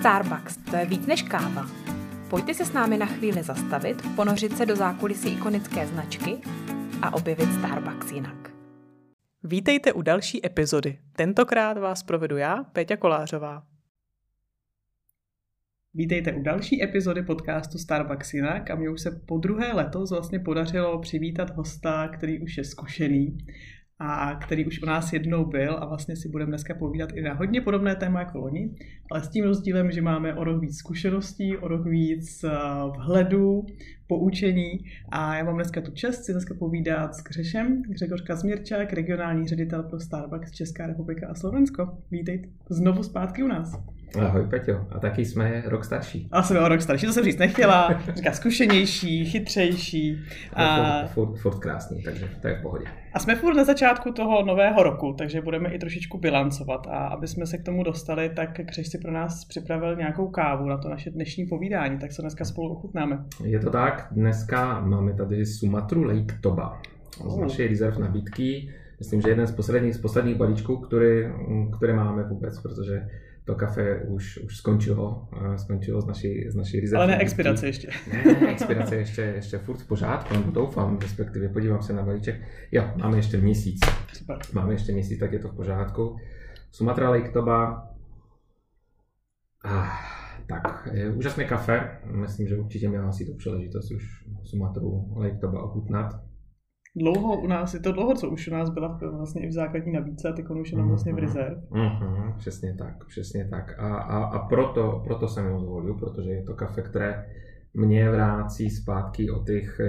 Starbucks, to je víc než káva. Pojďte se s námi na chvíli zastavit, ponořit se do zákulisí ikonické značky a objevit Starbucks jinak. Vítejte u další epizody. Tentokrát vás provedu já, Péťa Kolářová. Vítejte u další epizody podcastu Starbucks jinak a mě už se podruhé letos vlastně podařilo přivítat hosta, který už je zkušený a který už u nás jednou byl a vlastně si budeme dneska povídat i na hodně podobné téma jako loni, ale s tím rozdílem, že máme o rok víc zkušeností, o rok víc vhledu, poučení a já mám dneska tu čest si dneska povídat s Gřešem, Gregor Kazmírčák, regionální ředitel pro Starbucks Česká republika a Slovensko. Vítejte znovu zpátky u nás. Ahoj Peťo, a taky jsme rok starší. A jsme o rok starší, to jsem říct nechtěla, říká zkušenější, chytřejší. Furt krásný, takže to je v pohodě. A jsme furt na začátku toho nového roku, takže budeme i trošičku bilancovat a aby jsme se k tomu dostali, tak Křeš si pro nás připravil nějakou kávu na to naše dnešní povídání, tak se dneska spolu ochutnáme. Je to tak, dneska máme tady Sumatru Lake Toba z naší rezerv nabídky. Myslím, že jeden z posledních balíčků, které máme vůbec, protože to kafe už skončilo z naší rezervy. Ale ne expirace ještě. Ne, expirace ještě furt v pořádku, nebo doufám, respektive podívám se na balíček. Jo, máme ještě měsíc. Super. Máme ještě měsíc, tak je to v pořádku. Sumatra Lake Toba. Tak, úžasné kafe. Myslím, že určitě měla asi tu příležitost už Sumatru Lake Toba ochutnat. Je to dlouho, co už u nás byla vlastně i v základní nabídce a teď už je nám vlastně v rezerv. Přesně tak. A proto jsem ho zvolil, protože je to kafe, které mě vrací zpátky o těch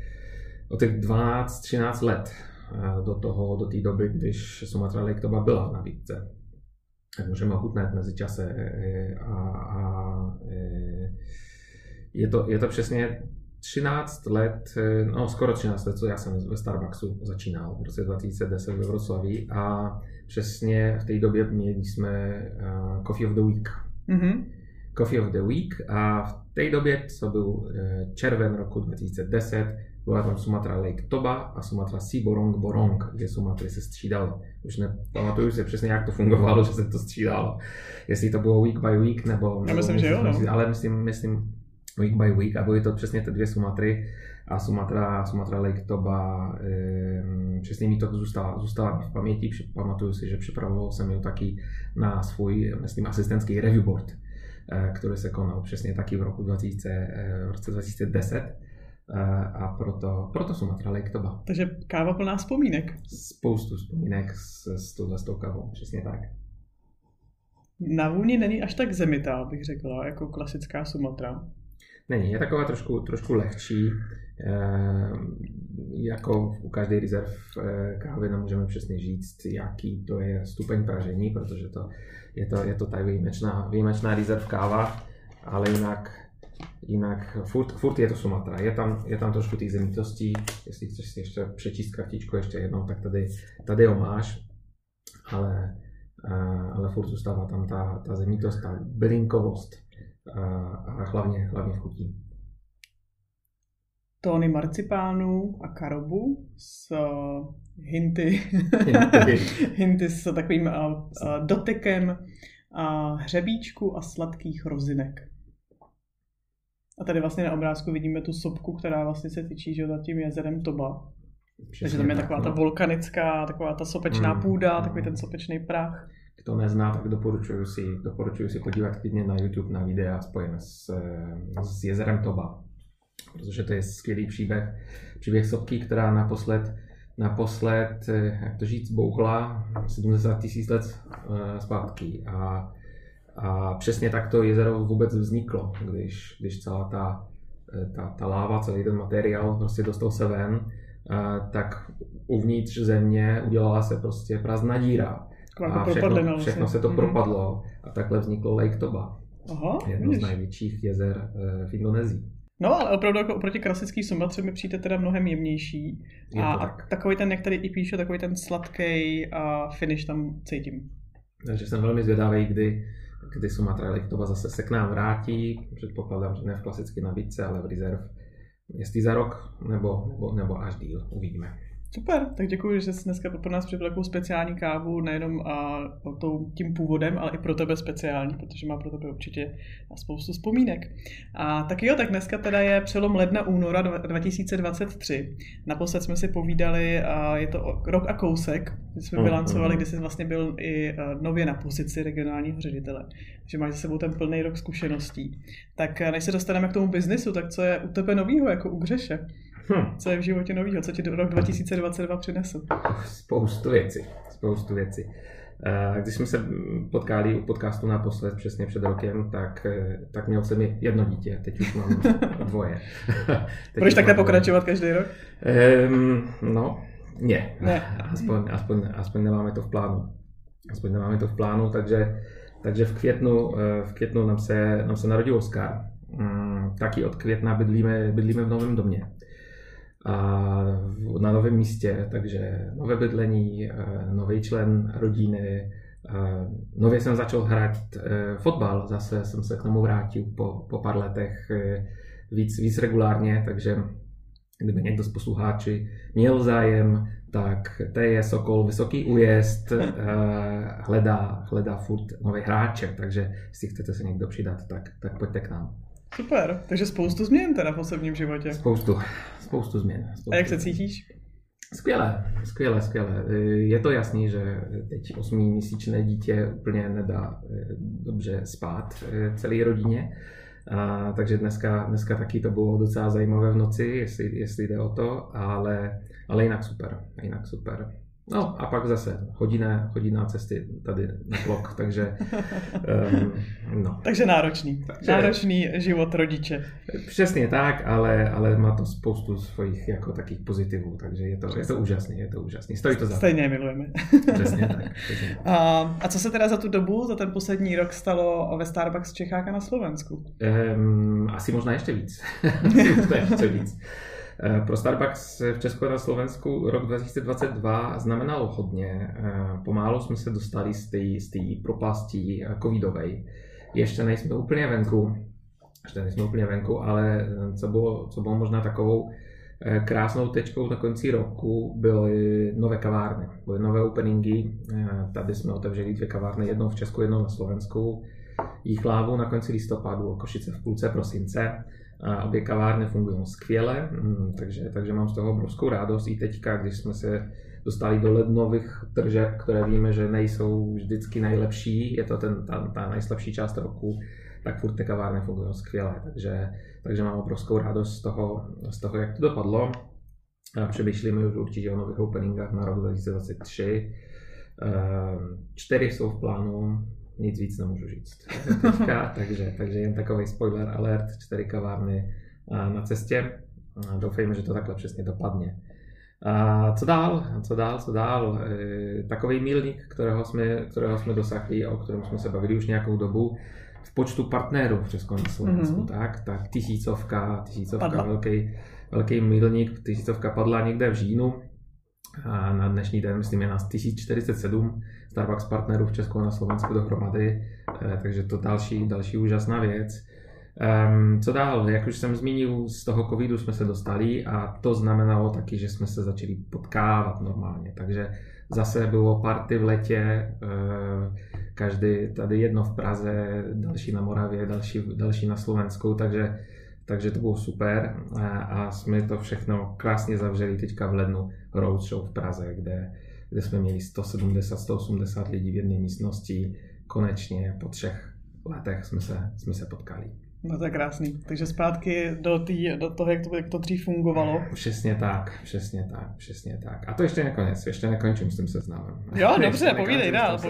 12-13 let do té doby, když Sumatra Lake Toba byla v nabídce. Tak můžeme ochutnat mezi čase je to přesně 13 let, skoro 13 let, co já jsem ve Starbucksu začínal v roce 2010 ve Vroclaví a přesně v té době měli jsme Coffee of the Week. Mm-hmm. Coffee of the Week a v té době, co byl červen roku 2010, byla tam Sumatra Lake Toba a Sumatra Sea Borong Borong, kde Sumatry se střídaly. Už nepamatuju se přesně, jak to fungovalo, že se to střídalo. Jestli to bylo week by week, nebo myslím, že jo, no. Ale myslím week by week a byly to přesně ty dvě Sumatry a Sumatra Lake Toba přesně mi to zůstala v paměti. Pamatuju si, že připravoval jsem ji taky na svůj, myslím, asistentský review board, který se konal přesně taky v roce 2010 a proto Sumatra Lake Toba. Takže káva plná vzpomínek. Spoustu vzpomínek s tou kávou, přesně tak. Na vůni není až tak zemitá, bych řekla, jako klasická Sumatra. Není, je taková trošku lehčí, jako u každé rezerv kávy nemůžeme přesně říct, jaký to je stupeň pražení, protože je to ta výjimečná rezerv káva, ale jinak furt je to Sumatra. Je tam trošku té zemitosti, jestli chceš si ještě přečíst kartičku ještě jednou, tak tady ho máš, ale furt zůstává tam ta zemitost, ta bylinkovost. A hlavně chutí. Tóny marcipánu a karobu s hinty s takovým dotekem hřebíčku a sladkých rozinek. A tady vlastně na obrázku vidíme tu sopku, která vlastně se tyčí nad tím jezerem Toba. Takže tam je taková ta vulkanická, taková ta sopečná půda, takový ten sopečný prach. Kdo nezná, tak doporučuji si podívat klidně na YouTube na videa spojené s jezerem Toba. Protože to je skvělý příběh sopky, která naposled, jak to říct, bouchla 70 000 let zpátky. A přesně tak to jezero vůbec vzniklo, když celá ta láva, celý ten materiál prostě dostal se ven, tak uvnitř země udělala se prostě prázdná díra. A všechno se to propadlo a takhle vzniklo Lake Toba. Aha, jedno z největších jezer v Indonésii. No, ale opravdu jako oproti klasický Sumatře mi přijde teda mnohem jemnější. A takový ten, jak tady i píše, takový ten sladký finish tam cítím. Takže jsem velmi zvědavý, kdy Sumatra Lake Toba zase se k nám vrátí. Předpokládám, že ne v klasické nabídce, ale v rezerv. Jestli za rok, nebo až díl, uvidíme. Super, tak děkuji, že jsi dneska pro nás připravil takovou speciální kávu, nejenom tím původem, ale i pro tebe speciální, protože má pro tebe určitě spoustu vzpomínek. A tak jo, tak dneska teda je přelom ledna-února 2023. Naposled jsme si povídali, je to rok a kousek, kdy jsme bilancovali, kdy jsi vlastně byl i nově na pozici regionálního ředitele, že máš za sebou ten plný rok zkušeností. Tak než se dostaneme k tomu biznisu, tak co je u tebe novýho jako u Gřeše? Co je v životě novýho? Co ti rok 2022 přinesl? Spoustu věcí. Když jsme se potkali u podcastu naposled přesně před rokem, tak měl jsem jedno dítě, teď už mám 2. Budeš takhle pokračovat každý rok? Ne. Aspoň nemáme to v plánu. Takže v květnu nám se narodil Oskar. Taky od května bydlíme v novém domě. A na novém místě, takže nové bydlení, nový člen rodiny. Nově jsem začal hrát fotbal, zase jsem se k tomu vrátil po pár letech víc regulárně, takže kdyby někdo z posluchačů měl zájem, tak to je Sokol Vysoký Újezd, hledá furt nové hráče, takže jestli chcete se někdo přidat, tak pojďte k nám. Super, takže spoustu změn teda v osobním životě. Spoustu změn. A jak se cítíš? Skvěle. Je to jasný, že teď 8měsíčné dítě úplně nedá dobře spát celé rodině. Takže dneska taky to bylo docela zajímavé v noci, jestli jde o to, ale jinak super. No a pak zase hodina cesty tady na blok, takže no. Takže náročný život rodiče. Přesně tak, ale má to spoustu svojich jako takých pozitivů, takže je to úžasný. Stojí to za to. Stejně milujeme. Přesně tak. A co se teda za tu dobu, za ten poslední rok stalo ve Starbucks v Čechách a na Slovensku? Asi možná ještě víc. Pro Starbucks v Česku a na Slovensku rok 2022 znamenalo hodně. Pomálu jsme se dostali z té propasti covidovej. Ještě nejsme úplně venku, ale co bylo možná takovou krásnou tečkou na konci roku, byly nové kavárny, byly nové openingy. Tady jsme otevřeli 2 kavárny, jednou v Česku, jednou na Slovensku. Jichlávu na konci listopadu, Košice v půlce prosince. A obě kavárny fungují skvěle, takže mám z toho obrovskou radost. I teďka, když jsme se dostali do lednových tržeb, které víme, že nejsou vždycky nejlepší, je to ta nejslabší část roku, tak furt ty kavárny fungují skvěle. Takže mám obrovskou radost z toho, jak to dopadlo. Přemýšlíme už určitě o nových openingách na rok 2023. 4 jsou v plánu. Nic víc nemůžu říct teďka, takže jen takový spoiler alert, 4 kavárny na cestě. Doufejme, že to takhle přesně dopadne. Co dál? Takový milník, kterého jsme dosáhli a o kterém jsme se bavili už nějakou dobu, v počtu partnerů v Česku na Slovensku, tak tisícovka velký milník, tisícovka padla někde v říjnu. A na dnešní den, myslím, je nás 1047 Starbucks partnerů v Česku a na Slovensku dohromady, takže to další úžasná věc. Co dál? Jak už jsem zmínil, z toho covidu jsme se dostali a to znamenalo taky, že jsme se začali potkávat normálně, takže zase bylo party v letě, každý tady jedno v Praze, další na Moravě, další na Slovensku, takže to bylo super a jsme to všechno krásně zavřeli teďka v lednu roadshow v Praze, kde jsme měli 170-180 lidí v jedné místnosti. Konečně po 3 letech jsme se potkali. No to je krásný. Takže zpátky do toho, jak to dřív fungovalo. Přesně tak. A to ještě nekončím s tím seznamem. Jo, dobře, povídej dál.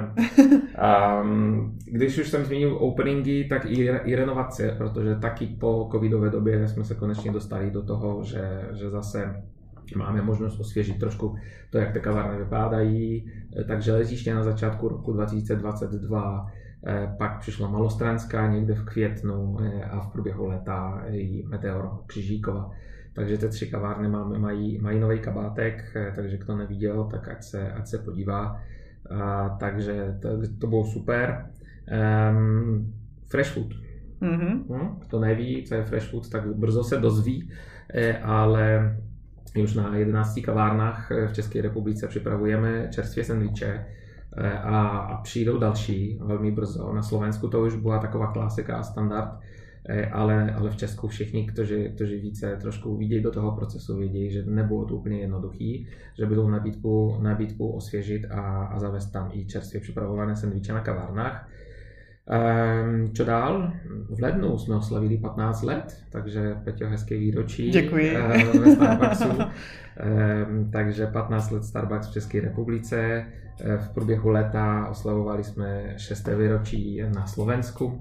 Když už jsem zmínil openingy, tak i renovace, protože taky po covidové době jsme se konečně dostali do toho, že zase máme možnost osvěžit trošku to, jak ty kavárny vypadají. Takže Železniště na začátku roku 2022, pak přišla Malostranská někde v květnu a v průběhu léta i Meteor Křižíkova. Takže ty 3 kavárny mají nový kabátek, takže kdo neviděl, tak ať se podívá. Takže to bylo super. Fresh Food. Kdo neví, co je Fresh Food, tak brzo se dozví, ale Už na 11 kavárnách v České republice připravujeme čerstvě sendviče a přijdou další velmi brzo. Na Slovensku to už byla taková klasika a standard, ale v Česku všichni, kteří více trošku vidějí do toho procesu, vědí, že nebylo to úplně jednoduchý, že budou nabídku osvěžit a zavést tam i čerstvě připravované sendviče na kavárnách. Čo dál? V lednu jsme oslavili 15 let, takže Peťo, hezké výročí. Děkuji. Ve Starbucksu. Takže 15 let Starbucks v České republice. V průběhu léta oslavovali jsme 6. výročí na Slovensku.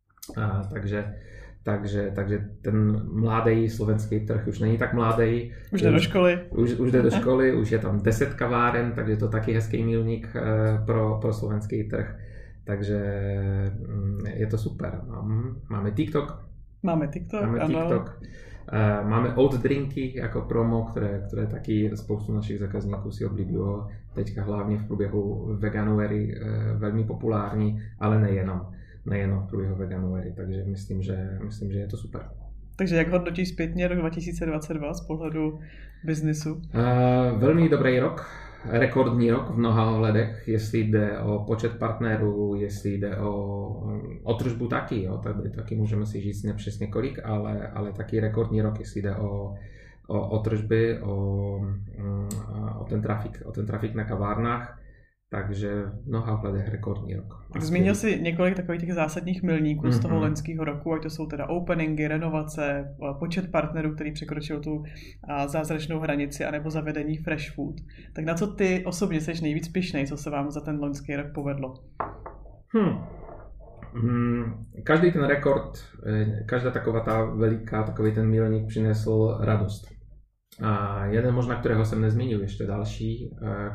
Takže ten mladý slovenský trh už není tak mladý. Už jde do školy. Už jde do školy, už je tam 10 kaváren, takže to je taky hezký milník pro slovenský trh. Takže je to super. Máme TikTok. Máme TikTok. Máme oat drinky jako promo, které taky spoustu našich zákazníků si oblíbilo. Teďka hlavně v průběhu Veganuary velmi populární, ale nejenom v průběhu Veganuary, takže myslím, že je to super. Takže jak hodnotíš zpětně rok 2022 z pohledu biznisu? Velmi dobrý rok. Rekordní rok v mnoha ohledech, jestli jde o počet partnerů, jestli jde o tržbu taky, jo, taky můžeme si říct nepřesně kolik, ale taky rekordní rok, jestli jde o tržby, o ten trafik na kavárnách, takže v mnoha ohledech rekordní rok. Tak zmínil jsi několik takových těch zásadních milníků z toho loňského roku, ať to jsou teda openingy, renovace, počet partnerů, který překročil tu zázračnou hranici, anebo zavedení fresh food. Tak na co ty osobně jsi nejvíc pyšnej, co se vám za ten loňský rok povedlo? Každý ten rekord, každá takový ten milník přinesl radost. A jeden možná, kterého jsem nezmínil, ještě další,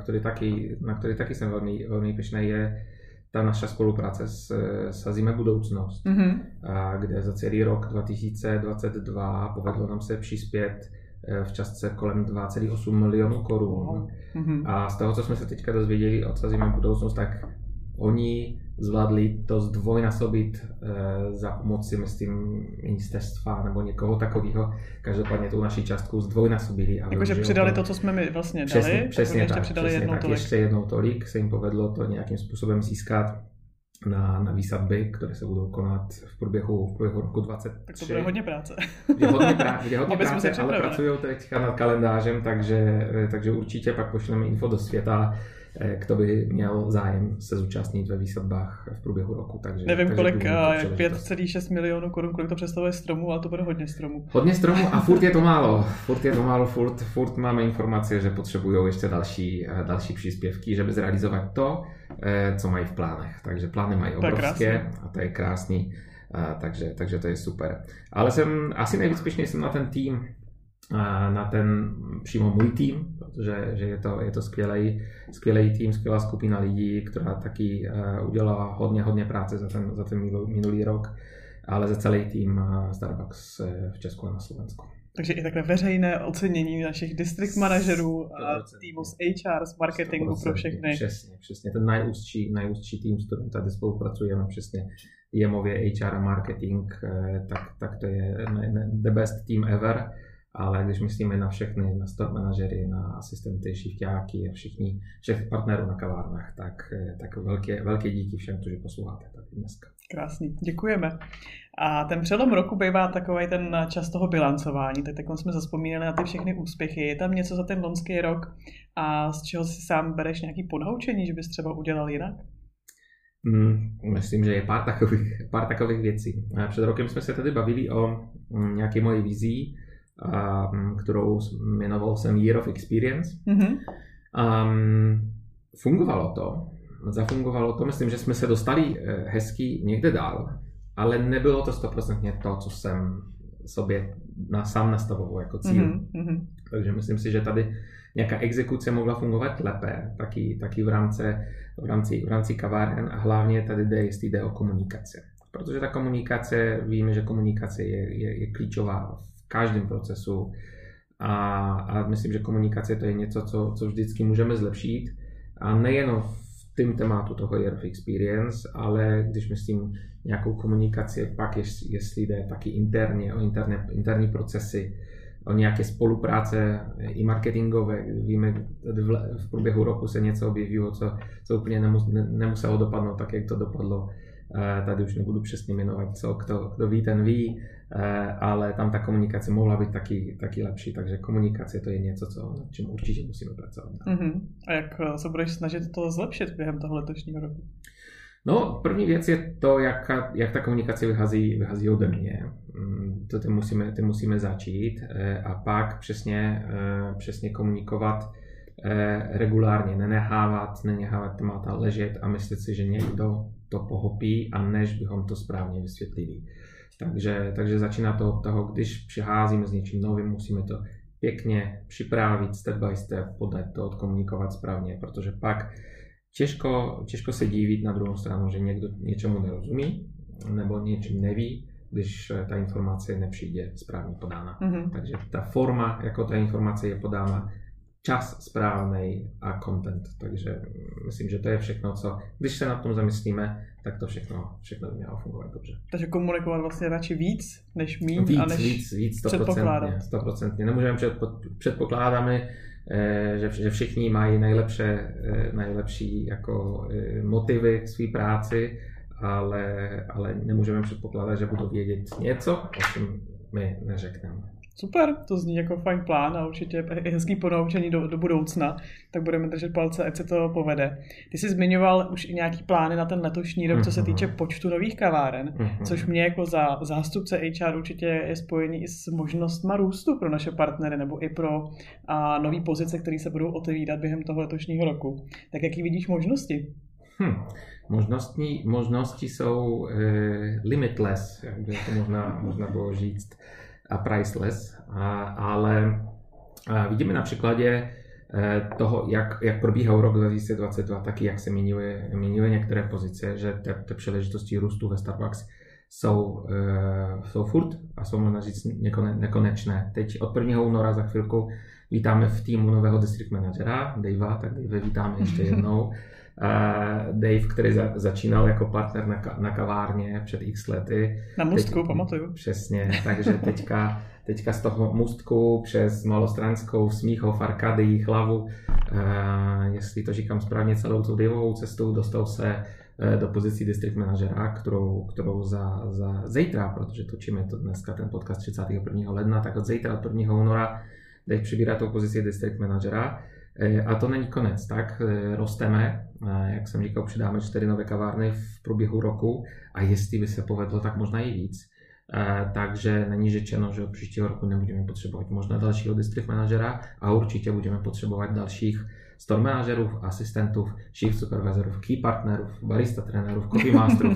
na který taky jsem velmi pyšnej, je ta naša spolupráce s Sazíme budoucnost, kde za celý rok 2022 povedlo nám se přispět v částce kolem 2,8 milionů korun. A z toho, co jsme se teďka dozvěděli od Sazíme budoucnost, tak oni zvládli to zdvojnásobit za pomoci, myslím, ministerstva nebo někoho takového. Každopádně tu naši částku zdvojnásobili. Jakože přidali to, co jsme mi vlastně dali, přesně ještě tak, přidali přesně jednou tak, tolik. ještě jednou tolik se jim povedlo to nějakým způsobem získat na výsadby, které se budou konat v průběhu roku 2023. Tak to bude hodně práce. Je hodně práce, ale pracují teďka nad kalendářem, takže určitě pak pošleme info do světa, kdo by měl zájem se zúčastnit ve výsadbách v průběhu roku. Nevím kolik, 5,6 milionů korun, kolik to představuje stromů, ale to bude hodně stromů. Hodně stromů a furt je to málo. Furt máme informace, že potřebují ještě další příspěvky, żeby zrealizovat to, co mají v plánech. Takže plány mají obrovské a to je krásný, takže to je super. Ale jsem asi nejvíc pyšný jsem na ten tým, na ten přímo můj tým, protože že je to skvělý tým, skvělá skupina lidí, která taky udělala hodně práce za ten minulý rok, ale za celý tým Starbucks v Česku a na Slovensku. Takže i takové veřejné ocenění našich district manažerů a týmu z HR, z marketingu pro všechny. Přesně. Ten nejúzčí tým, s kterým tady spolupracujeme, přesně jemově HR a marketing, tak to je the best team ever. Ale když myslíme na všechny, na store manažery, na asistenty, šifťáky a všech partnerů na kavárnách, tak velké díky všem, kteří posloucháte tady dneska. Krásný, děkujeme. A ten přelom roku bývá takový ten čas toho bilancování, tak jsme zazpomínali na ty všechny úspěchy. Je tam něco za ten loňský rok a z čeho si sám bereš nějaký ponaučení, že bys třeba udělal jinak? Myslím, že je pár takových věcí. Před rokem jsme se tady bavili o nějaké moje vizí, kterou jmenoval jsem Year of Experience. Zafungovalo to, myslím, že jsme se dostali hezky někde dál, ale nebylo to 100% to, co jsem sobě sám nastavoval jako cíl. Takže myslím si, že tady nějaká exekuce mohla fungovat lépe, taky v rámci kaváren a hlavně tady jde o komunikaci. Protože ta komunikace, víme, že komunikace je klíčová v každém procesu a myslím, že komunikace to je něco, co vždycky můžeme zlepšit a nejenom v tom tématu toho Year of Experience, ale když myslím nějakou komunikaci, pak jestli jde taky interně o interní procesy, o nějaké spolupráce i marketingové. Víme, v průběhu roku se něco objevilo, co úplně nemuselo dopadnout tak, jak to dopadlo. Tady už nebudu přesně jmenovat, kdo ví, ten ví, ale tam ta komunikace mohla být taky lepší, takže komunikace to je něco, nad čím určitě musíme pracovat. A jak se budeš snažit to zlepšit během toho letošního roku? No, první věc je to, jak ta komunikace vychází ode mě. To musíme začít a pak přesně komunikovat regulárně, nenechávat témata ležet a myslet si, že někdo to pochopí a než bychom to správně vysvětlili. Takže začíná to od toho, když přicházíme s něčím novým, musíme to pěkně připravit step by step, podat to, odkomunikovat správně, protože pak těžko se divit na druhou stranu, že někdo něčemu nerozumí nebo něčím neví, když ta informace nepřijde správně podána. Takže ta forma, jako ta informace je podána, čas správnej a content. Takže myslím, že to je všechno, co, když se nad tom zamyslíme, tak to všechno by mělo fungovat dobře. Takže komunikovat vlastně radši víc, než míň a než víc, 100%. Nemůžeme předpokládáme, že všichni mají nejlepší jako motivy k své práci, ale nemůžeme předpokládat, že budou vědět něco, o čem my neřekneme. Super, to zní jako fajn plán a určitě hezký ponaučení do budoucna, tak budeme držet palce, ať se to povede. Ty jsi zmiňoval už i nějaký plány na ten letošní rok, co se týče počtu nových kaváren, což mě jako za zástupce HR určitě je spojený i s možnostma růstu pro naše partnery nebo i pro nové pozice, které se budou otevírat během toho letošního roku. Tak jaký vidíš možnosti? Možnosti jsou limitless, jak by to možná bylo říct, a priceless, ale vidíme na příkladě toho, jak probíhal rok 2022, taky jak se měnily některé pozice, že ty příležitosti růstu ve Starbucks jsou furt a jsou možná říct nekonečné. Teď od 1. února za chvilku vítáme v týmu nového district managera, Davea, tak Dave vítáme ještě jednou. Dave, který začínal jako partner na kavárně před x lety. Na Můstku, pamatuju. Přesně, takže teďka z toho Můstku přes Malostranskou, Smíchov, Arkadii, Hlavu, jestli to říkám správně, celou tu Daveovou cestu dostal se do pozici district managera, kterou za zítra, protože točíme to dneska ten podcast 31. ledna, tak od zítra, od 1. února Dave přibírá tu pozici district managera. A to není konec, tak rosteme, jak jsem říkal, přidáme 4 nové kavárny v průběhu roku a jestli by se povedlo, tak možná i víc. Takže není řečeno, že od příštího roku nebudeme potřebovat možná dalšího district managera a určitě budeme potřebovat dalších store manažerů, asistentů, shift supervisorů, key partnerů, barista trenérů, coffee masterů.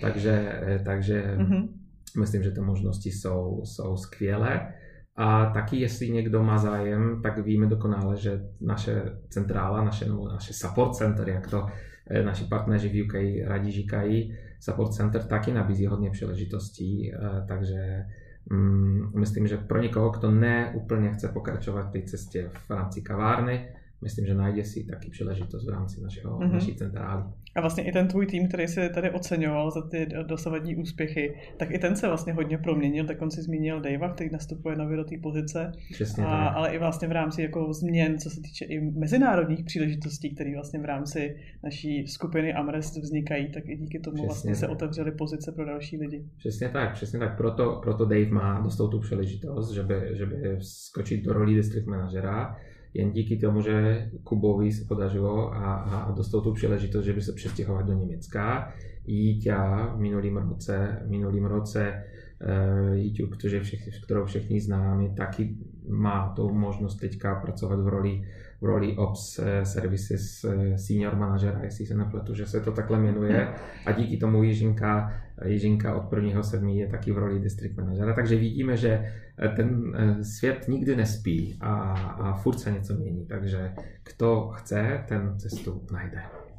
takže myslím, že ty možnosti jsou skvělé. A taky, jestli někdo má zájem, tak víme dokonale, že naše centrála, naše support center, jak to naši partneři v UK rádi říkají, support center taky nabízí hodně příležitostí, takže myslím, že pro někoho, kdo neúplně chce pokračovat v té cestě v rámci kavárny, myslím, že najde si taky příležitost v rámci naší centrály. A vlastně i ten tvůj tým, který se tady oceňoval za ty dosavadní úspěchy, tak i ten se vlastně hodně proměnil, tak on si zmínil Davea, který nastupuje nově do té pozice, ale i vlastně v rámci jako změn, co se týče i mezinárodních příležitostí, které vlastně v rámci naší skupiny Amrest vznikají, tak i díky tomu vlastně se otevřely pozice pro další lidi. Přesně tak. Proto Dave dostal tu příležitost, že by skočit do roli district manažera. Jen díky tomu, že Kubovi se podařilo a dostal tu příležitost, že by se přestěhoval do Německa. Jiťa v minulým roce YouTube, kterou všichni známe, taky má tu možnost teďka pracovat v roli Ops Services Senior Manažera, jestli se nepletu, že se to takhle jmenuje. A díky tomu Jižinka od 1.7. je taky v roli District Manažera. Takže vidíme, že ten svět nikdy nespí a furt se něco mění. Takže kdo chce, ten cestu najde.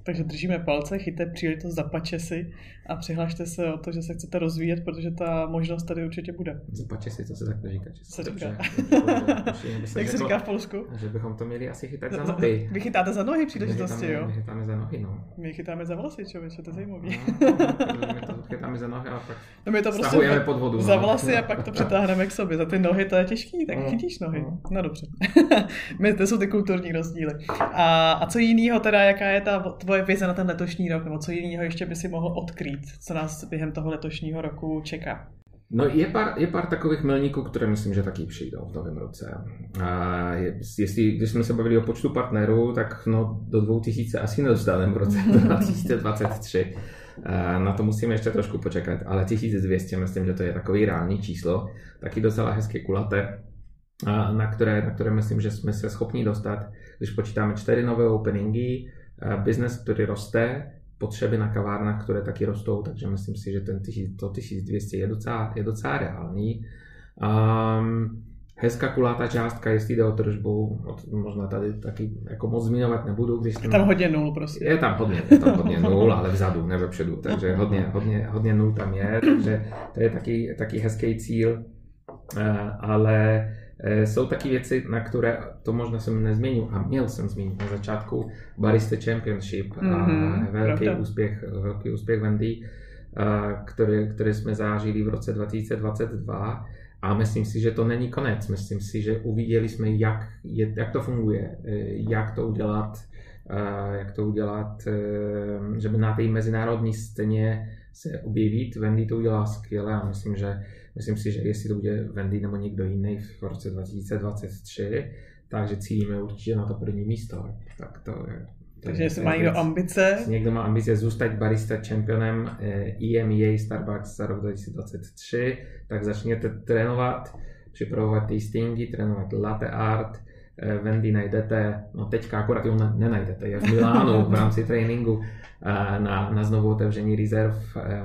Takže držíme palce, chyťte příležitost, zapače si a přihlašte se o to, že se chcete rozvíjet, protože ta možnost tady určitě bude. Zapače si, co se takto říká? Co se říká? Jak se říká v Polsku? Že bychom to měli asi chytat za nohy. Vy chytáte za nohy příležitosti, jo? My chytáme za nohy, no. My chytáme za vlasy, člověče, to je zajímavý. My to chytáme za nohy a pak stahujeme pod vodu. Za vlasy a pak to přitáhneme k sobě. Za ty nohy to je těžký, tak chytíš nohy. No dobře. To jsou ty kulturní rozdíly. A co jinýho teda, jaká je ta tvoje vize na ten letošní rok, nebo co jinýho ještě by si mohl odkrýt, co nás během toho letošního roku čeká? No je pár takových milníků, které myslím, že taky přijdou v novém roce. Když jsme se bavili o počtu partnerů, tak do 2000 asi nedostaneme v roce 2023. Na to musíme ještě trošku počekat, ale 1200 myslím, že to je takový reálný číslo, taky docela hezké kulaté, na které myslím, že jsme se schopni dostat, když počítáme 4 nové openingy, business, který roste, potřeby na kavárnách, které taky rostou, takže myslím si, že to 1200 je docela reálný. Hezká kulátá částka, jestli jde o tržbu, možná tady taky jako moc zmiňovat nebudu. Když je tam hodně nul prostě. Je tam hodně nul, ale vzadu, ne vepředu, takže hodně nul tam je, takže to je taky hezký cíl, ale jsou taky věci, na které to možná jsem nezměnil a měl jsem zmínit na začátku Barista Championship a velký úspěch Wendy, který jsme zažili v roce 2022 a myslím si, že to není konec. Myslím si, že uviděli jsme, jak to funguje, jak to udělat, že by na té mezinárodní scéně se objevit. Wendy to udělá skvěle a myslím si, že jestli to bude Wendy nebo někdo jiný v roce 2023, takže cílíme určitě na to první místo. Takže jestli má někdo ambice. Někdo má ambice zůstat barista championem EMEA Starbucks za rok 2023, tak začněte trénovat, připravovat tastingy, trénovat latte art. Wendy najdete, teďka akorát ju nenajdete, je v Milánu v rámci tréninku na znovu otevření rezerv,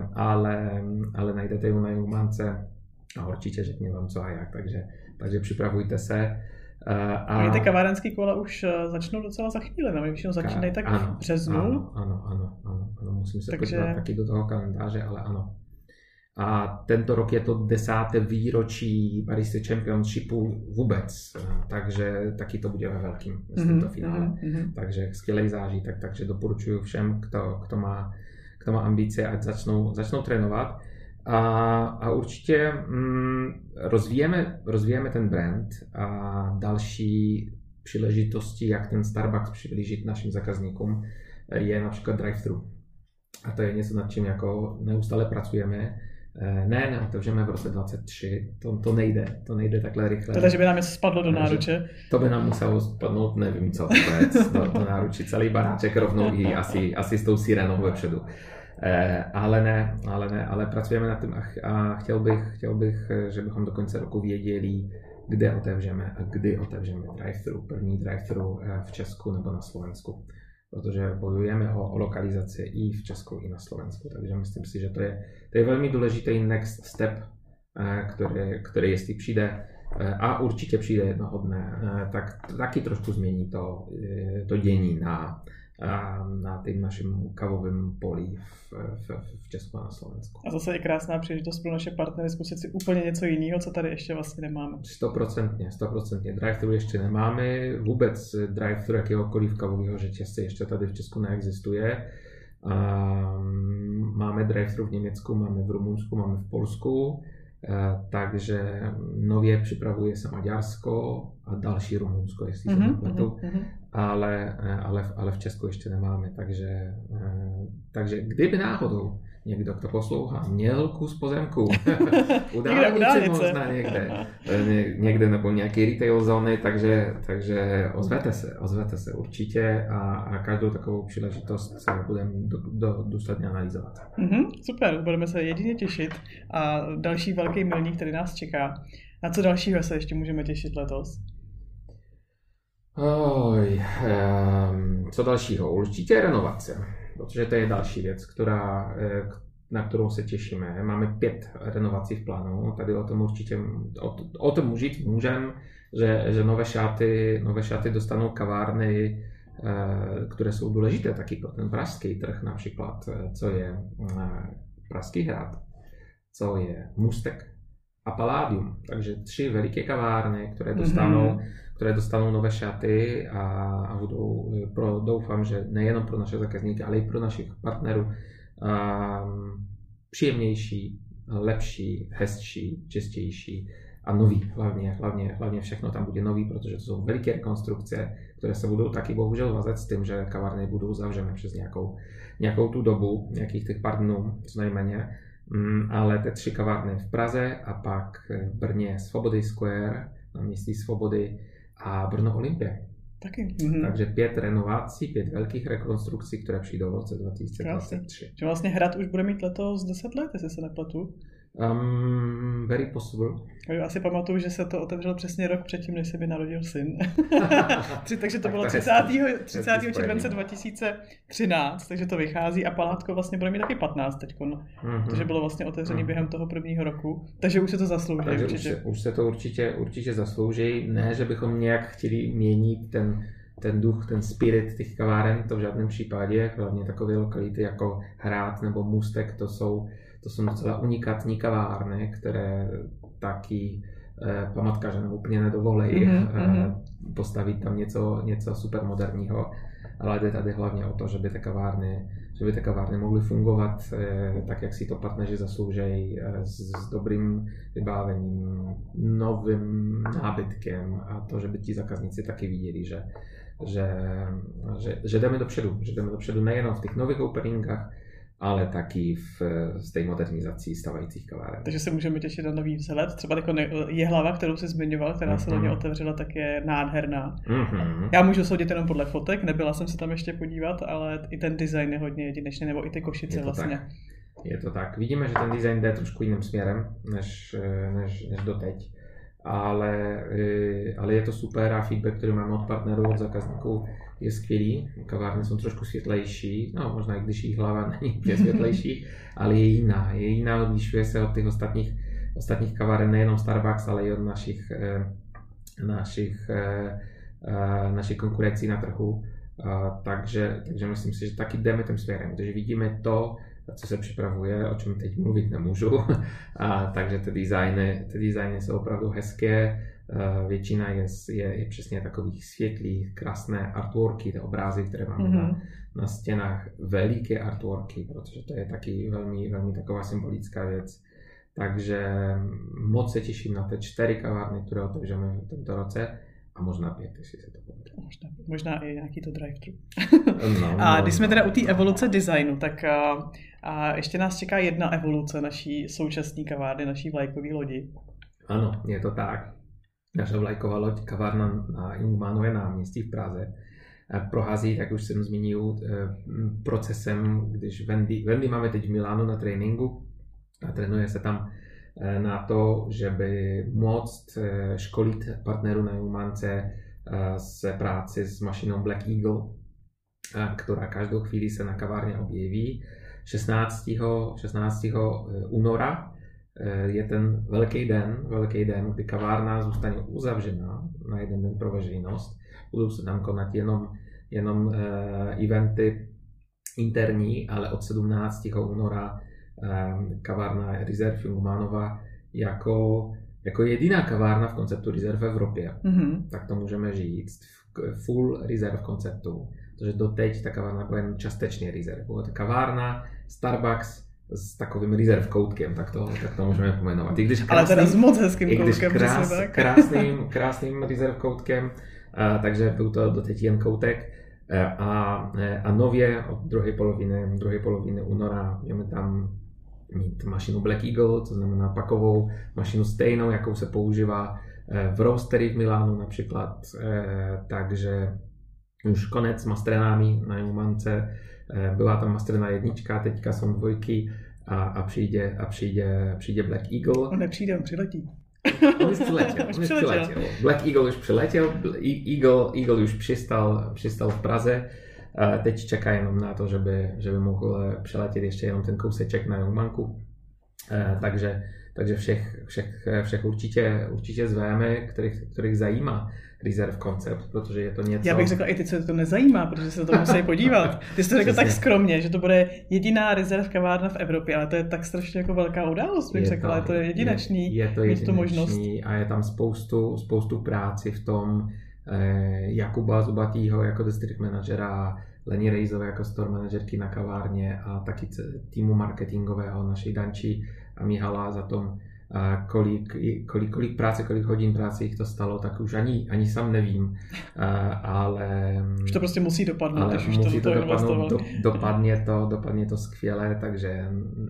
ale najdete ju na Jumance a určitě řekne vám co a jak, takže připravujte se. A ty kavárenský kola už začnou docela za chvíli, no? Většinou začínají tak v březnu. Ano, musím se podívat taky do toho kalendáře, ale ano. A tento rok je to 10. výročí Barista Championshipu vůbec, takže taky to bude ve velkým, myslím, to finále. Takže skvělý zážitek, takže doporučuji všem, kdo má ambice, ať začnou trénovat. A určitě rozvíjeme ten brand a další příležitosti, jak ten Starbucks přiblížit našim zákazníkům, je například drive-thru. A to je něco, nad čím jako neustále pracujeme. Neotevřeme v roce 2023, to nejde takhle rychle. Teda, že by nám něco spadlo do náruče? To by nám muselo spadnout, nevím co vůbec, do náruče, celý baráček rovnou i asi s tou sirenou vepředu. Ale pracujeme nad tím a chtěl bych, že bychom do konce roku věděli, kde otevřeme a kdy otevřeme drive-thru, první drive-thru v Česku nebo na Slovensku. Protože bojujeme o lokalizaci i v Česku, i na Slovensku. Takže myslím si, že to je velmi důležitý next step, který jestli přijde a určitě přijde jednoho dne, tak taky trošku změní to dění na tím našem kavovém poli v Česku a na Slovensku. A zase je krásná příležitost pro naše partnery zkusit si úplně něco jiného, co tady ještě vlastně nemáme. 100%. Drive-thru ještě nemáme. Vůbec drive-thru jakéhokoliv kavového řetězce ještě tady v Česku neexistuje. Máme drive-thru v Německu, máme v Rumunsku, máme v Polsku. Takže nově připravuje se Maďarsko a další Rumunsko, jestli se nepletu, ale v Česku ještě nemáme, takže kdyby náhodou někdo, kdo poslouchá, měl kus pozemku u dálnice možná někde nebo nějaký retail zóny, takže ozvete se určitě a každou takovou příležitost budeme důsledně analyzovat. Super, budeme se jedině těšit a další velký milník, který nás čeká. Na co dalšího se ještě můžeme těšit letos? Co dalšího? Určitě renovace, protože to je další věc, na kterou se těšíme. Máme 5 renovací v plánu, tady o tom určitě můžeme, že nové šaty dostanou kavárny které jsou důležité taky pro ten pražský trh, například co je Pražský hrad, co je Můstek a Palladium. Takže 3 veliké kavárny, které dostanou nové šaty a budou, doufám, že nejenom pro naše zákazníky, ale i pro našich partnerů příjemnější, lepší, hezčí, čistější a nový. Hlavně všechno tam bude nový, protože to jsou veliké rekonstrukce, které se budou taky bohužel vazet s tím, že kavárny budou zavřené přes nějakou tu dobu, nějakých těch pár dnů, co nejméně. Ale ty 3 kavárny v Praze a pak v Brně Svobody Square, na městí Svobody a Brno Olympia. Taky. Takže 5 renovací, 5 velkých rekonstrukcí, které přijdou v roce 2023. Že vlastně Hrad už bude mít letos 10 let, jestli se nepletu. Very possible. Já si pamatuju, že se to otevřelo přesně rok předtím, než se mi narodil syn. Takže to bylo 30. července 2013, takže to vychází a Palátko vlastně bude mít taky 15 teďkon. Takže bylo vlastně otevřený během toho prvního roku, takže už se to zaslouží. Takže už se to určitě zaslouží. Ne, že bychom nějak chtěli měnit ten duch, ten spirit těch kaváren, to v žádném případě. Hlavně takové lokality jako Hrad nebo Můstek, to jsou docela unikátní kavárny, které taky památkařům úplně nedovolí postavit tam něco super moderního, ale jde tady hlavně o to, že by ty kavárny mohly fungovat tak, jak si to partneři zaslouží, s dobrým vybavením, novým nábytkem a to, že by ti zákazníci taky viděli, že jdeme dopředu nejenom v těch nových openingách, ale taky v té modernizaci stávajících kaváren. Takže se můžeme těšit na nový vzhled. Třeba Jihlava, kterou jsi zmiňoval, která se loni otevřela, tak je nádherná. Já můžu soudit jenom podle fotek, nebyla jsem se tam ještě podívat, ale i ten design je hodně jedinečný, nebo i ty Košice vlastně. Tak. Je to tak. Vidíme, že ten design jde trošku jiným směrem, než doteď. Ale je to super a feedback, který máme od partnerů, od zákazníků, je skvělý. Kavárny jsou trošku světlejší, no možná i když Jihlava není úplně světlejší, ale je jiná, odlišuje se od těch ostatních kaváren, nejenom Starbucks, ale i od našich konkurencí na trhu. Takže myslím si, že taky jdeme tím směrem, protože vidíme to, co se připravuje, o čem teď mluvit nemůžu. Takže ty designy jsou opravdu hezké. Většina je přesně takových světlých, krásné artworky, ty obrazy, které máme na stěnách. Veliké artworky, protože to je taky velmi, velmi taková symbolická věc. Takže moc se těším na ty 4 kavárny, které otevřeme v tomto roce. A možná 5, jestli se to povede. Možná i nějaký to drive-thru. A když jsme teda u té evoluce designu, tak ještě nás čeká jedna evoluce naší současné kavárny, naší vlajkové lodi. Ano, je to tak. Naše vlajková loď, kavárna na Jungmannově náměstí v Praze, prochází, jak už jsem zmínil, procesem, když Wendy máme teď v Milánu na tréninku a trénuje se tam na to, že by moct školit partnerů na Jungmance se práci s mašinou Black Eagle, která každou chvíli se na kavárně objeví. 16. února je ten velký den, kdy kavárna zůstane uzavřena na jeden den pro veřejnost. Budou se tam konat jenom eventy interní, ale od 17. února kavárna Reserve Jungmannova jako jediná kavárna v konceptu Reserve v Evropě. Tak to můžeme říct. Full Reserve konceptu. Protože doteď ta kavárna byla jen částečně Reserve. Byla to kavárna Starbucks s takovým Reserve koutkem, tak to můžeme pomenovat. Ale teda s moc hezkým koutkem. Krásným Reserve koutkem, takže byl to doteď jen koutek. A nově od druhé poloviny února budeme tam mít mašinu Black Eagle, to znamená pakovou mašinu stejnou, jakou se používá v roastery v Milánu například. Takže už konec s mastrenami na Jungmance. Byla tam mastrena 1, teďka jsou 2 a přijde Black Eagle. On nepřijde, on přiletí. On už přiletěl. Black Eagle už přiletěl, Eagle už přistal v Praze. Teď čeká jenom na to, že by mohl přiletět ještě jenom ten kouseček na Jungmanku. Takže takže všech určitě zveme, kterých zajímá Reserve koncept, protože je to něco... Já bych řekla i ty, co to nezajímá, protože se to musí podívat. Ty jsi to řekl tak skromně, že to bude jediná Reserve kavárna v Evropě, ale to je tak strašně jako velká událost, bych řekla, to je jedinečný. Je to jedinečný a je tam spoustu práci v tom, Jakuba Zubatýho jako district managera, Leni Rejzové jako store manažerky na kavárně a taky týmu marketingového naší Danči a Mihala za tom, kolik práce, kolik hodin práce jich to stalo, tak už ani sám nevím, ale... Už to prostě musí dopadnout, ale když už musí to dopadnout, dopadne to skvěle, takže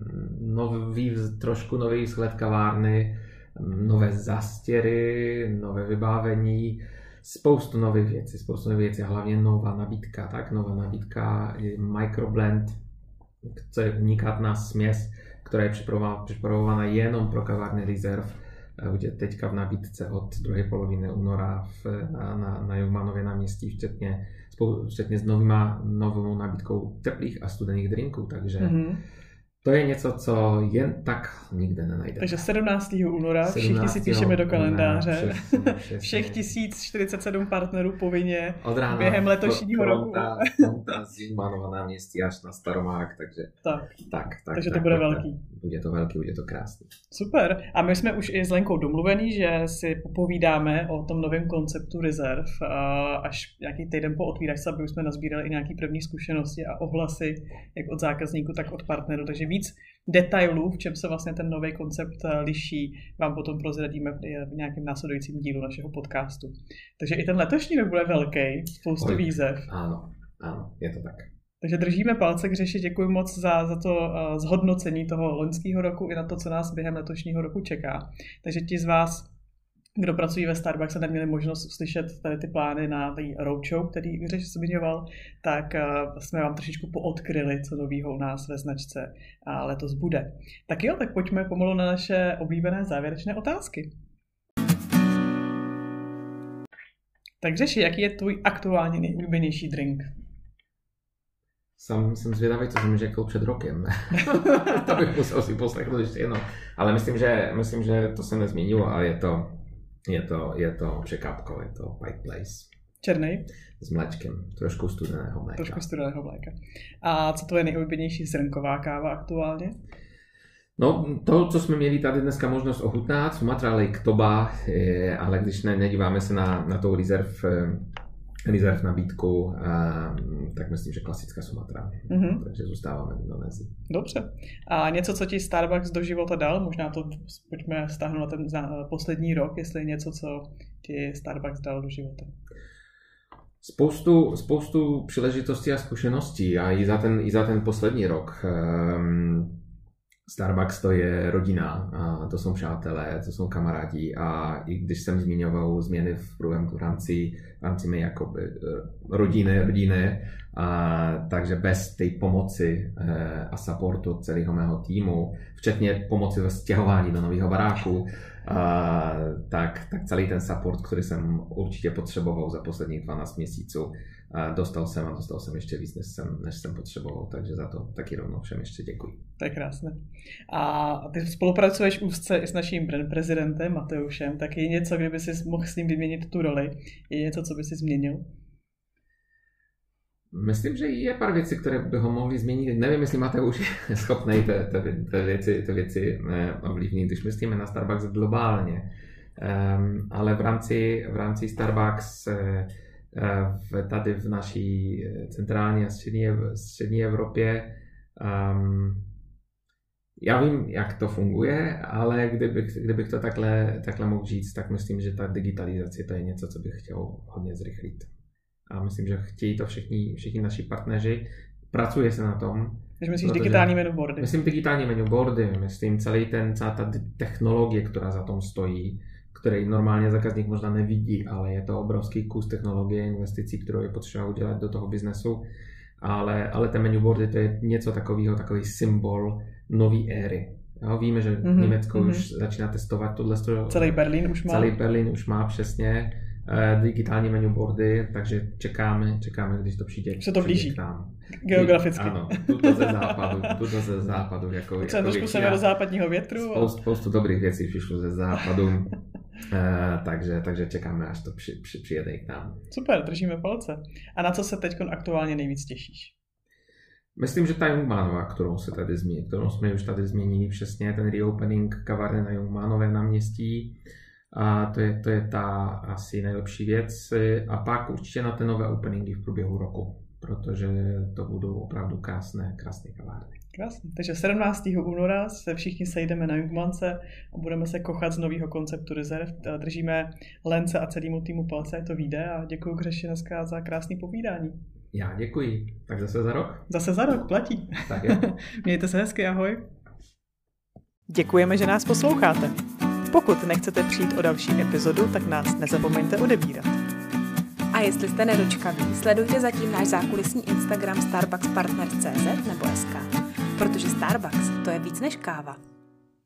trošku nový vzhled kavárny, nové zastěry, nové vybavení, spoustu nových věcí, hlavně nová nabídka, microblend, co je unikátná směs, která je připravovaná jenom pro kavárny Reserve, bude teďka v nabídce od druhé poloviny února na Jungmannově náměstí, včetně s novou nabídkou teplých a studených drinků, takže to je něco, co jen tak nikde nenajdeme. Takže 17. února všichni si píšeme do kalendáře. Všech 1047 partnerů povinně během letošního roku. Z Jungmannova náměstí až na Staromák, takže takže to bude velký. Bude to krásný. Super. A my jsme už i s Lenkou domluvení, že si popovídáme o tom novém konceptu Reserve až nějaký týden po otvíračce, aby už jsme nazbírali i nějaký první zkušenosti a ohlasy, jak od zákazníků, tak od partnerů. Takže víc detailů, v čem se vlastně ten nový koncept liší, vám potom prozradíme v nějakém následujícím dílu našeho podcastu. Takže i ten letošní rok bude velký, spoustu výzev. Ano, je to tak. Takže držíme palce, Křeši, děkuji moc za to zhodnocení toho loňského roku i na to, co nás během letošního roku čeká. Takže ti z vás, kdo pracují ve Starbucks a neměli možnost slyšet tady ty plány na roadshow, který Řeš zmiňoval, tak jsme vám trošičku poodkryli, co novýho u nás ve značce letos bude. Tak jo, tak pojďme pomalu na naše oblíbené závěrečné otázky. Tak Řeši, jaký je tvůj aktuální nejoblíbenější drink? Jsem zvědavý, co jsem řekl před rokem. To bych musel si poslechnout ještě jednou. Ale myslím, že to se nezměnilo a je to překvapko, je to Pike Place. Černej? S mléčkem, trošku studeného mléka. A co to je nejoblíbenější zrnková káva aktuálně? No, to, co jsme měli tady dneska možnost ochutnat, Sumatra Lake Toba, ale když nedíváme se na tou Reserve nabídku, tak myslím, že klasická Sumatra. Takže zůstáváme v Indonésii. Dobře. A něco, co ti Starbucks do života dal? Možná to pojďme stáhnout na ten poslední rok, jestli je něco, co ti Starbucks dal do života. Spoustu příležitostí a zkušeností a i za ten poslední rok. Starbucks to je rodina, a to jsou přátelé, to jsou kamarádi a i když jsem zmiňoval změny v rámci mé jakoby rodiny, takže bez té pomoci a supportu celého mého týmu, včetně pomoci ve stěhování do nového baráku, tak celý ten support, který jsem určitě potřeboval za posledních 12 měsíců, dostal jsem ještě víc, než jsem potřeboval, takže za to taky rovnou všem ještě děkuji. To je krásné. A ty spolupracuješ úzce i s naším brand prezidentem Mateušem, tak je něco, kdyby si mohl s ním vyměnit tu roli? Je něco, co by si změnil? Myslím, že je pár věcí, které by ho mohli změnit. Nevím, jestli Mateuš je schopný ty věci ovlivnit, když myslíme na Starbucks globálně. Ale v rámci Starbucks tady v naší centrální a střední Evropě já vím, jak to funguje, ale kdybych to takhle mohl říct, tak myslím, že ta digitalizace to je něco, co bych chtěl hodně zrychlit. A myslím, že chtějí to všichni naši partneři. Pracuje se na tom. Takže myslíš digitální menu boardy? Myslím digitální menu boardy, myslím celá ta technologie, která za tom stojí, který normálně zákazník možná nevidí, ale je to obrovský kus technologie, investicí, kterou je potřeba udělat do toho biznesu. Ale ten menu boardy to je něco takového, takový symbol nový éry. Jo, víme, že Německo už začíná testovat tohle. Celý Berlín už má. Celý Berlín už má přesně. digitální menu boardy, takže čekáme, když to přijde. Se to blíží. K nám. Geograficky. Ano, tuto ze západu. Jako trošku severozápadního větru. Spoustu dobrých věcí přišlo ze západu, takže čekáme, až to přijede k nám. Super, držíme palce. A na co se teď aktuálně nejvíc těšíš? Myslím, že ta Jungmannova, kterou jsme už tady zmínili přesně, ten reopening kavárny na Jungmannové náměstí, a to je ta asi nejlepší věc. A pak určitě na ty nové openingy v průběhu roku, protože to budou opravdu krásné kavárny. Krásně. Takže 17. února se všichni sejdeme na Jungmance a budeme se kochat z nového konceptu Reserve. Držíme Lence a celému týmu palce, ať to vyjde, a děkuji Křeši dneska za krásný povídání. Já děkuji. Tak zase za rok? Zase za rok, platí. Tak jo. Mějte se hezky, ahoj. Děkujeme, že nás posloucháte. Pokud nechcete přijít o další epizodu, tak nás nezapomeňte odebírat. A jestli jste nedočkaví, sledujte zatím náš zákulisní Instagram starbuckspartners.cz nebo SK, protože Starbucks to je víc než káva.